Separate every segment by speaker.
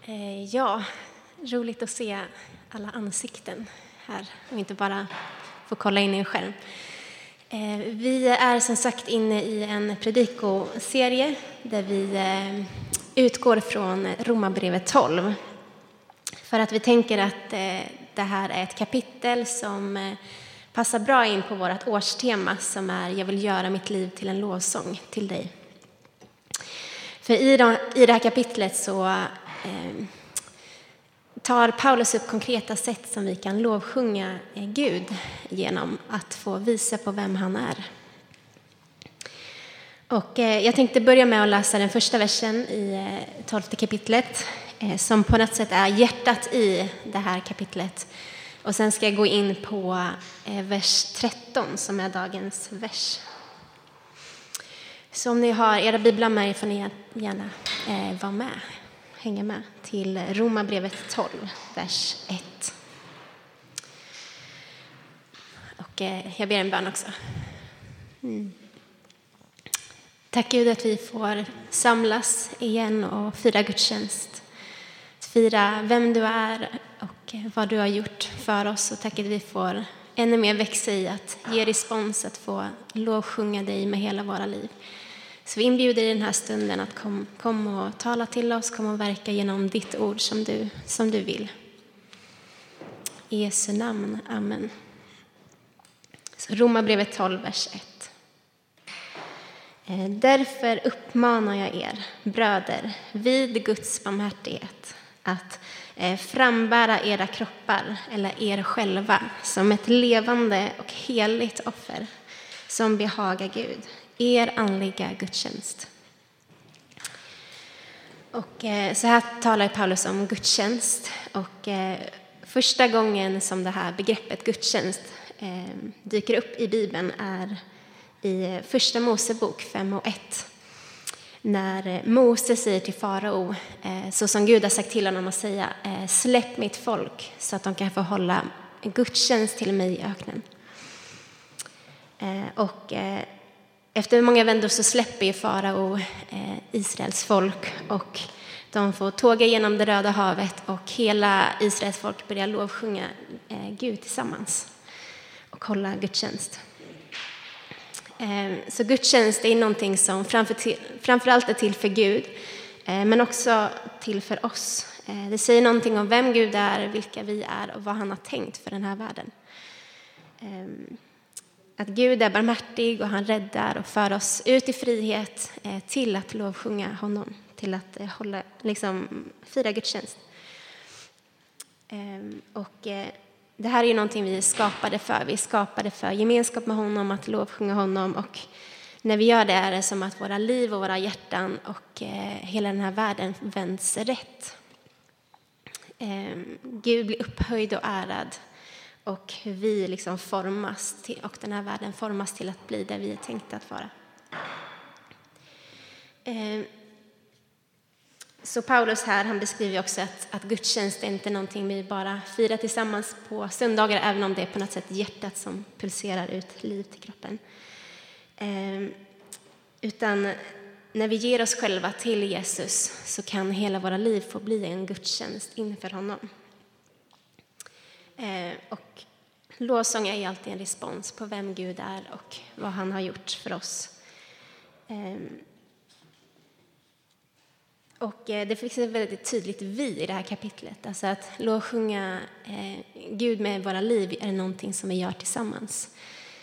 Speaker 1: Ja, roligt att se alla ansikten här och inte bara få kolla in i en skärm. Vi är som sagt inne i en predikoserie där vi utgår från Romarbrevet 12. För att vi tänker att det här är ett kapitel som passar bra in på vårt årstema som är "Jag vill göra mitt liv till en lovsång till dig". För i det här kapitlet så tar Paulus upp konkreta sätt som vi kan lovsjunga Gud genom att få visa på vem han är. Och jag tänkte börja med att läsa den första versen i 12:e kapitlet som på något sätt är hjärtat i det här kapitlet. Och sen ska jag gå in på vers 13 som är dagens vers. Så om ni har era biblar med får ni gärna vara med. Hänga med till Romarbrevet 12, vers 1. Och jag ber en bön också. Tack Gud att vi får samlas igen och fira gudstjänst. Fira vem du är och vad du har gjort för oss. Och tack att vi får ännu mer växa i att ge respons, att få lovsjunga dig med hela våra liv. Så vi inbjuder i den här stunden att komma och tala till oss, komma och verka genom ditt ord som du vill. I Jesu namn, amen. Så Romarbrevet 12, vers 1. Därför uppmanar jag er, bröder, vid Guds barmhärtighet, att frambära era kroppar eller er själva som ett levande och heligt offer som behagar Gud, er andliga gudstjänst. Och så här talar Paulus om gudstjänst. Och första gången som det här begreppet gudstjänst dyker upp i Bibeln är i första Mosebok 5:1. När Moses säger till farao, så som Gud har sagt till honom att säga, släpp mitt folk så att de kan få hålla gudstjänst till mig i öknen. Och efter många vändor så släpper ju farao Israels folk och de får tåga genom det Röda havet och hela Israels folk börjar lovsjunga Gud tillsammans och hålla gudstjänst. Så gudstjänst är någonting som framförallt är till för Gud, men också till för oss. Det säger någonting om vem Gud är, vilka vi är och vad han har tänkt för den här världen. Att Gud är barmhärtig och han räddar och för oss ut i frihet till att lovsjunga honom, till att fira gudstjänst. Och det här är ju någonting vi är skapade för. Vi är skapade för gemenskap med honom, att lovsjunga honom. Och när vi gör det är det som att våra liv och våra hjärtan och hela den här världen vänds rätt. Gud blir upphöjd och ärad. Och hur vi formas till, och den här världen formas till att bli det vi är tänkta att vara. Så Paulus här, han beskriver också att gudstjänst är inte någonting vi bara firar tillsammans på söndagar, även om det är på något sätt hjärtat som pulserar ut liv till kroppen. Utan när vi ger oss själva till Jesus så kan hela våra liv få bli en gudstjänst inför honom. Och lovsång är alltid en respons på vem Gud är och vad han har gjort för oss. Och det finns ett väldigt tydligt vi i det här kapitlet. Alltså att lovsjunga Gud med våra liv är någonting som vi gör tillsammans.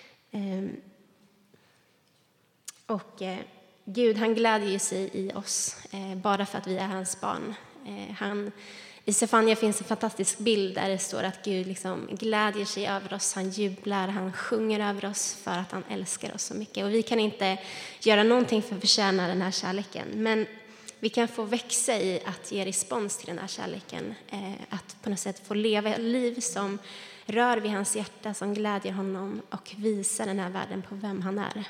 Speaker 1: Och Gud, han glädjer sig i oss bara för att vi är hans barn. I Sefania finns en fantastisk bild där det står att Gud glädjer sig över oss. Han jublar, han sjunger över oss för att han älskar oss så mycket. Och vi kan inte göra någonting för att förtjäna den här kärleken. Men vi kan få växa i att ge respons till den här kärleken. Att på något sätt få leva ett liv som rör vid hans hjärta, som glädjer honom och visar den här världen på vem han är.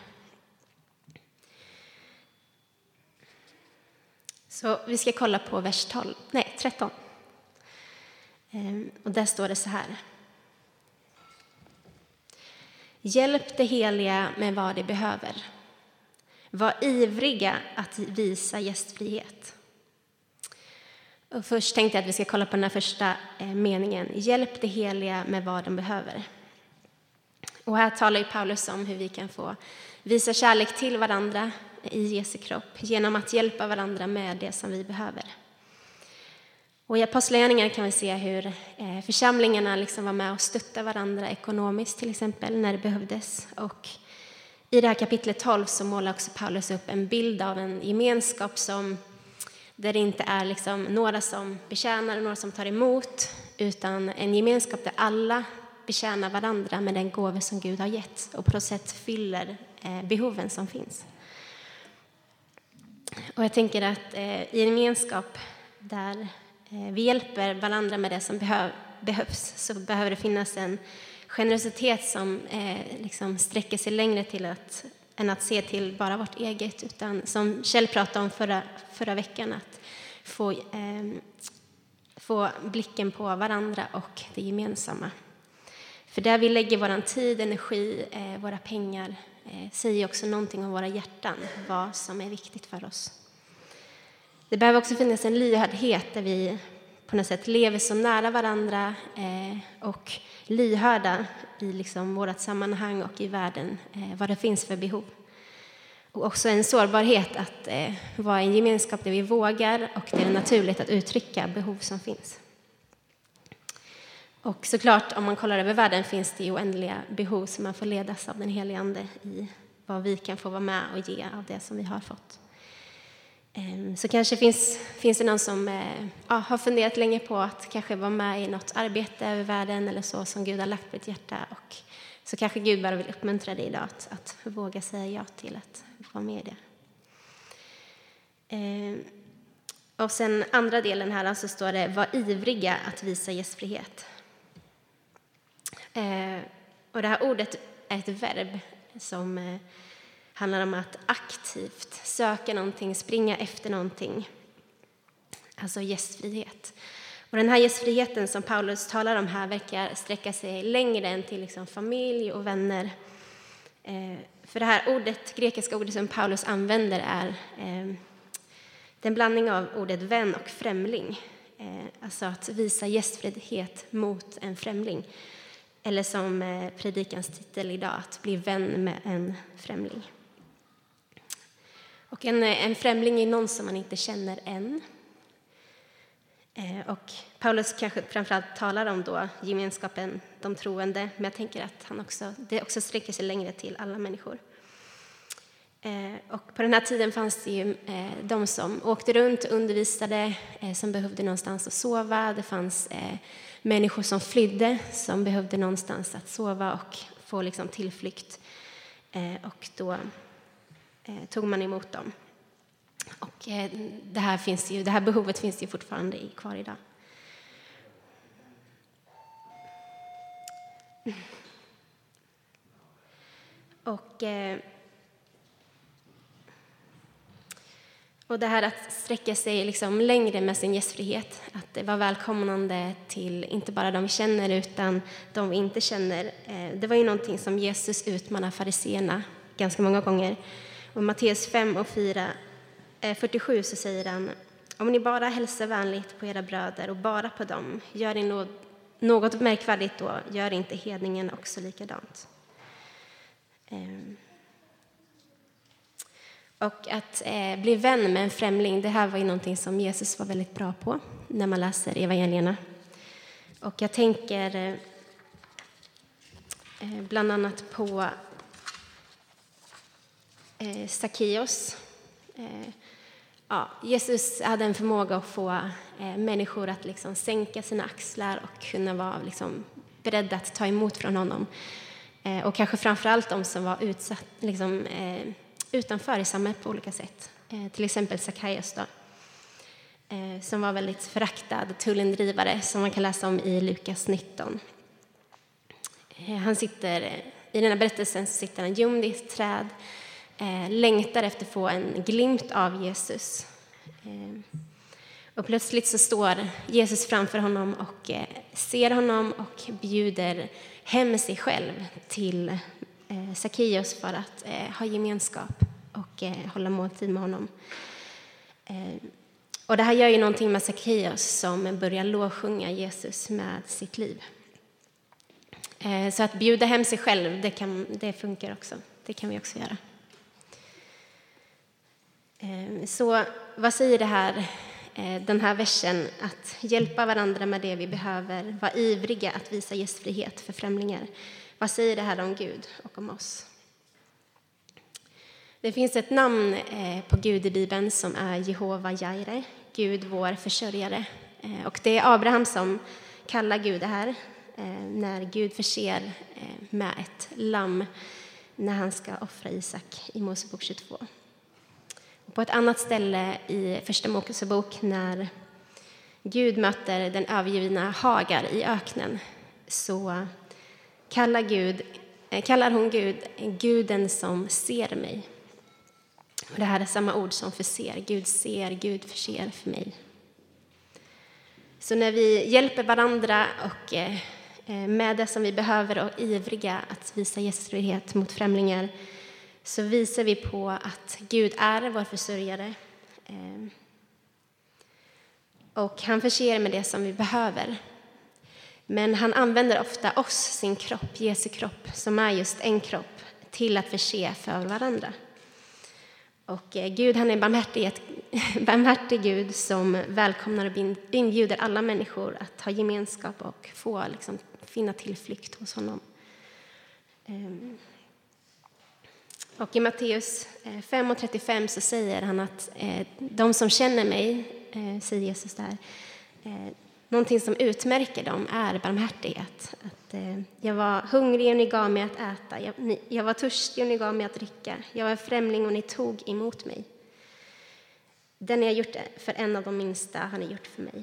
Speaker 1: Så vi ska kolla på vers 13. Och där står det så här. Hjälp det heliga med vad de behöver. Var ivriga att visa gästfrihet. Och först tänkte jag att vi ska kolla på den här första meningen. Hjälp det heliga med vad de behöver. Och här talar ju Paulus om hur vi kan få visa kärlek till varandra i Jesu kropp genom att hjälpa varandra med det som vi behöver. Och i Apostlagärningarna kan vi se hur församlingarna liksom var med och stöttade varandra ekonomiskt till exempel när det behövdes. Och i det här kapitlet 12 så målar också Paulus upp en bild av en gemenskap där det inte är liksom några som betjänar och några som tar emot, utan en gemenskap där alla betjänar varandra med den gåva som Gud har gett och på något sätt fyller behoven som finns. Och jag tänker att i en gemenskap där vi hjälper varandra med det som behövs så behöver det finnas en generositet som liksom sträcker sig längre än att se till bara vårt eget, utan som Kjell pratade om förra veckan, att få blicken på varandra och det gemensamma. För där vi lägger vår tid, energi, våra pengar säger också någonting om våra hjärtan, vad som är viktigt för oss. Det behöver också finnas en lyhördhet där vi på något sätt lever så nära varandra och lyhörda i liksom vårt sammanhang och i världen, vad det finns för behov. Och också en sårbarhet att vara en gemenskap där vi vågar och det är naturligt att uttrycka behov som finns. Och såklart, om man kollar över världen finns det oändliga behov som man får ledas av den helige Ande i vad vi kan få vara med och ge av det som vi har fått. Så kanske finns det någon som har funderat länge på att kanske vara med i något arbete över världen eller så som Gud har lagt på ett hjärta. Och så kanske Gud bara vill uppmuntra dig idag att våga säga ja till att vara med i det. Och sen andra delen här så står det: var ivriga att visa gästfrihet. Och det här ordet är ett verb som handlar om att aktivt söka någonting, springa efter någonting. Alltså gästfrihet. Och den här gästfriheten som Paulus talar om här verkar sträcka sig längre än till liksom familj och vänner. För det här grekiska ordet som Paulus använder är en blandning av ordet vän och främling. Alltså att visa gästfrihet mot en främling. Eller som predikans titel idag, att bli vän med en främling. Och en främling är någon som man inte känner än. Och Paulus kanske framförallt talar om då gemenskapen, de troende. Men jag tänker att det också sträcker sig längre till alla människor. Och på den här tiden fanns det ju de som åkte runt och undervisade, som behövde någonstans att sova. Det fanns människor som flydde, som behövde någonstans att sova och få liksom tillflykt. Och då tog man emot dem. Och det här behovet finns ju fortfarande kvar idag. Och det här att sträcka sig liksom längre med sin gästfrihet, att vara välkomnande till inte bara de vi känner utan de vi inte känner. Det var ju någonting som Jesus utmanade fariseerna ganska många gånger. Och Matteus 5 och 47 så säger han: om ni bara hälsar vänligt på era bröder och bara på dem, gör ni något märkvärdigt då, gör inte hedningen också likadant. Och att bli vän med en främling, det här var ju någonting som Jesus var väldigt bra på när man läser evangelierna. Och jag tänker bland annat på Sackeus. Jesus hade en förmåga att få människor att liksom sänka sina axlar och kunna vara liksom beredda att ta emot från honom. Och kanske framförallt de som var utanför i samhället på olika sätt. Till exempel Sackeus då, som var väldigt föraktad tullindrivare, som man kan läsa om i Lukas 19. I den här berättelsen sitter han gömd i ett träd, längtar efter att få en glimt av Jesus. Och plötsligt så står Jesus framför honom och ser honom och bjuder hem sig själv till Sackeus för att ha gemenskap och hålla måltid med honom. Och det här gör ju någonting med Sackeus som börjar lovsjunga Jesus med sitt liv. Så att bjuda hem sig själv, det funkar också. Det kan vi också göra. Så vad säger det här, den här versen? Att hjälpa varandra med det vi behöver, vara ivriga att visa gästfrihet för främlingar. Vad säger det här om Gud och om oss? Det finns ett namn på Gud i Bibeln som är Jehova Jaire, Gud vår försörjare. Och det är Abraham som kallar Gud det här när Gud förser med ett lamm när han ska offra Isak i Mosebok 22. Och på ett annat ställe i Första Mosebok när Gud möter den övergivna Hagar i öknen så kallar hon Gud Guden som ser mig. Och det här är samma ord som förser. Gud ser, Gud förser för mig. Så när vi hjälper varandra och med det som vi behöver och ivriga att visa gästfrihet mot främlingar så visar vi på att Gud är vår försörjare. Och han förser med det som vi behöver. Men han använder ofta oss, sin kropp, Jesu kropp, som är just en kropp, till att förse för varandra. Och Gud, han är barmhärtig Gud som välkomnar och inbjuder alla människor att ha gemenskap och få finna tillflykt hos honom. Och i Matteus 5:35 så säger han att de som känner mig, säger Jesus där, någonting som utmärker dem är barmhärtighet. Att jag var hungrig och ni gav mig att äta. Jag var törstig och ni gav mig att dricka. Jag var främling och ni tog emot mig. Det ni har gjort för en av de minsta har ni gjort för mig.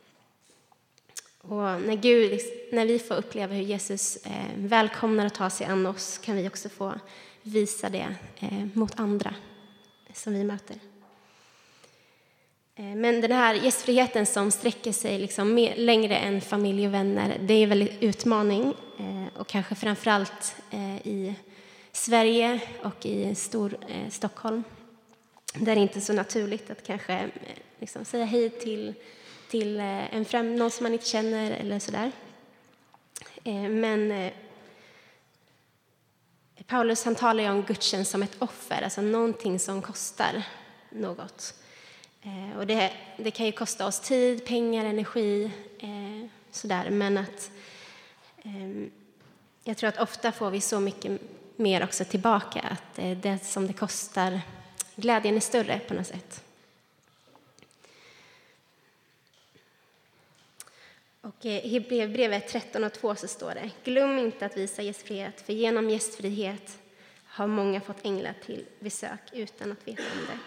Speaker 1: Och när vi får uppleva hur Jesus välkomnar och tar sig an oss kan vi också få visa det mot andra som vi möter. Men den här gästfriheten som sträcker sig längre än familj och vänner, det är en väldigt utmaning. Och kanske framförallt i Sverige och i Stockholm. Där det inte är så naturligt att kanske säga hej till någon som man inte känner eller sådär. Men Paulus han talar ju om gudstjänst som ett offer, alltså någonting som kostar något. Och det kan ju kosta oss tid, pengar, energi, sådär. Men att jag tror att ofta får vi så mycket mer också tillbaka. Att det som det kostar, glädjen är större på något sätt. Och i Hebreerbrevet 13:2 så står det: glöm inte att visa gästfrihet, för genom gästfrihet har många fått änglar till besök utan att veta om det.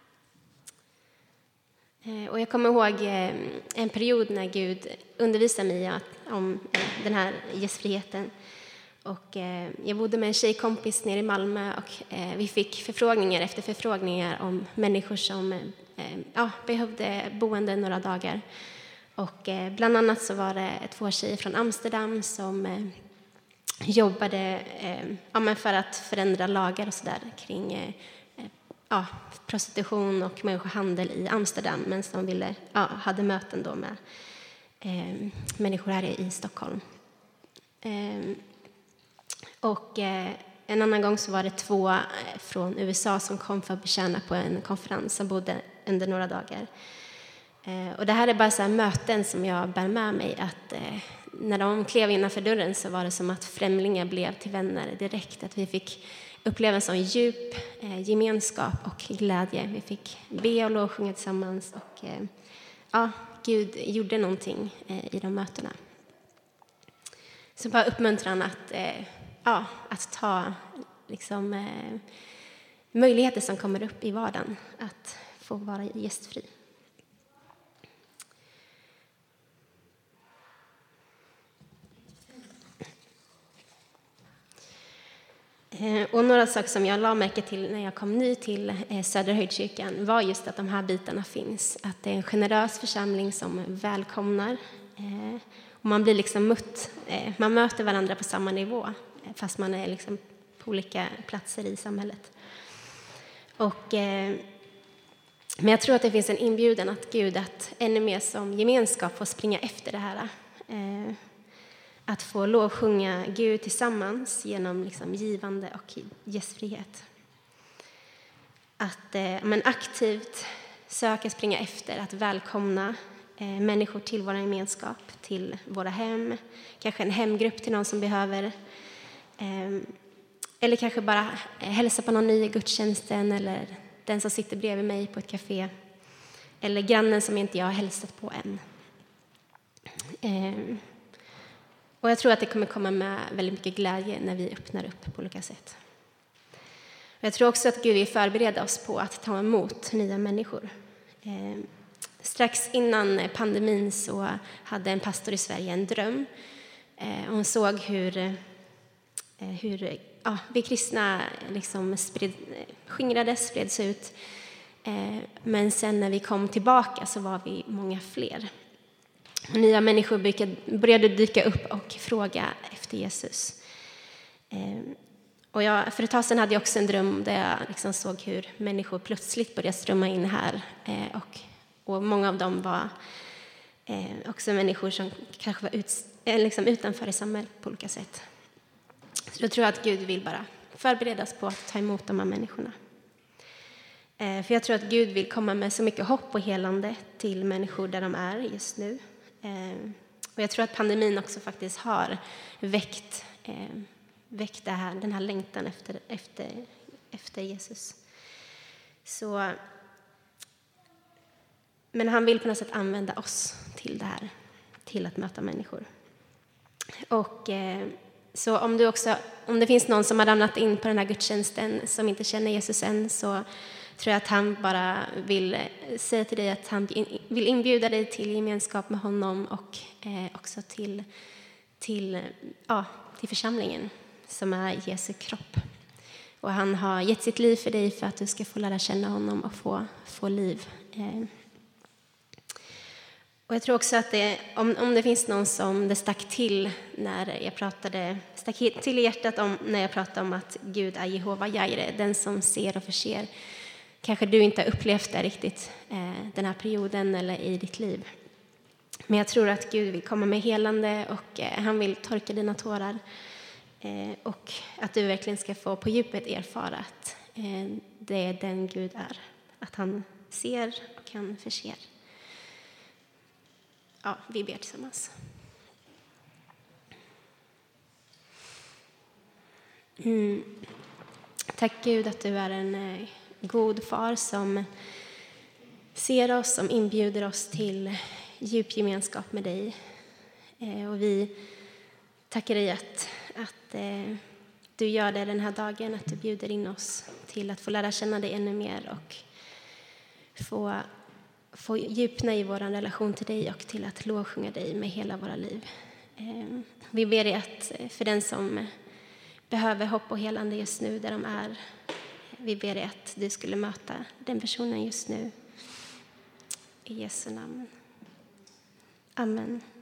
Speaker 1: Och jag kommer ihåg en period när Gud undervisade mig om den här gästfriheten. Och jag bodde med en tjejkompis nere i Malmö och vi fick förfrågningar efter förfrågningar om människor som behövde boende några dagar. Och bland annat så var det 2 tjejer från Amsterdam som jobbade för att förändra lagar och sådär kring prostitution och människohandel i Amsterdam, men som hade möten då med människor här i Stockholm. Och en annan gång så var det 2 från USA som kom för att betjäna på en konferens som bodde under några dagar. Och det här är bara så här möten som jag bär med mig, att när de klev innanför dörren så var det som att främlingar blev till vänner direkt, att vi fick uppleva en sån djup gemenskap och glädje. Vi fick be och lovsjunga tillsammans och Gud gjorde någonting i de mötena. Så bara uppmuntran att ta möjligheter som kommer upp i vardagen, att få vara gästfri. Och några saker som jag la märke till när jag kom ny till Södra Höjdkyrkan var just att de här bitarna finns. Att det är en generös församling som välkomnar. Och man blir mött. Man möter varandra på samma nivå fast man är på olika platser i samhället. Och Men jag tror att det finns en inbjudan att Gud att ännu mer som gemenskap få springa efter det här. Att få lovsjunga Gud tillsammans genom liksom givande och gästfrihet. Att aktivt söka springa efter, att välkomna människor till vår gemenskap, till våra hem. Kanske en hemgrupp till någon som behöver. Eller kanske bara hälsa på någon ny i gudstjänsten, eller den som sitter bredvid mig på ett café. Eller grannen som inte jag har hälsat på än. Och jag tror att det kommer komma med väldigt mycket glädje när vi öppnar upp på olika sätt. Och jag tror också att Gud vill förbereda oss på att ta emot nya människor. Strax innan pandemin så hade en pastor i Sverige en dröm. Hon såg hur vi kristna liksom spreds ut. Men sen när vi kom tillbaka så var vi många fler. Nya människor började dyka upp och fråga efter Jesus. Och för ett tag sedan hade jag också en dröm där jag liksom såg hur människor plötsligt började strömma in här. Och många av dem var också människor som kanske var utanför i samhället på olika sätt. Så jag tror att Gud vill bara förberedas på att ta emot de här människorna. För jag tror att Gud vill komma med så mycket hopp och helande till människor där de är just nu. Och jag tror att pandemin också faktiskt har väckt den här längtan efter Jesus. Men han vill på något sätt använda oss till det här, till att möta människor. Och så om det finns någon som har ramlat in på den här gudstjänsten som inte känner Jesus än, så tror jag att han bara vill säga till dig att han vill inbjuda dig till gemenskap med honom och också till församlingen som är Jesu kropp. Och han har gett sitt liv för dig för att du ska få lära känna honom och få liv. Och jag tror också att om det finns någon som det stack till i hjärtat när jag pratade om att Gud är Jehova Jaire, den som ser och förser. Kanske du inte har upplevt det riktigt den här perioden eller i ditt liv. Men jag tror att Gud vill komma med helande och han vill torka dina tårar. Och att du verkligen ska få på djupet erfara att det är den Gud är. Att han ser och han förser. Ja, vi ber tillsammans. Tack Gud att du är en god far som ser oss, som inbjuder oss till djup gemenskap med dig. Och vi tackar dig att du gör det den här dagen, att du bjuder in oss till att få lära känna dig ännu mer och få djupna i vår relation till dig och till att lovsjunga dig med hela våra liv. Vi ber dig att för den som behöver hopp och helande just nu där de är, vi ber dig att du skulle möta den personen just nu. I Jesu namn. Amen.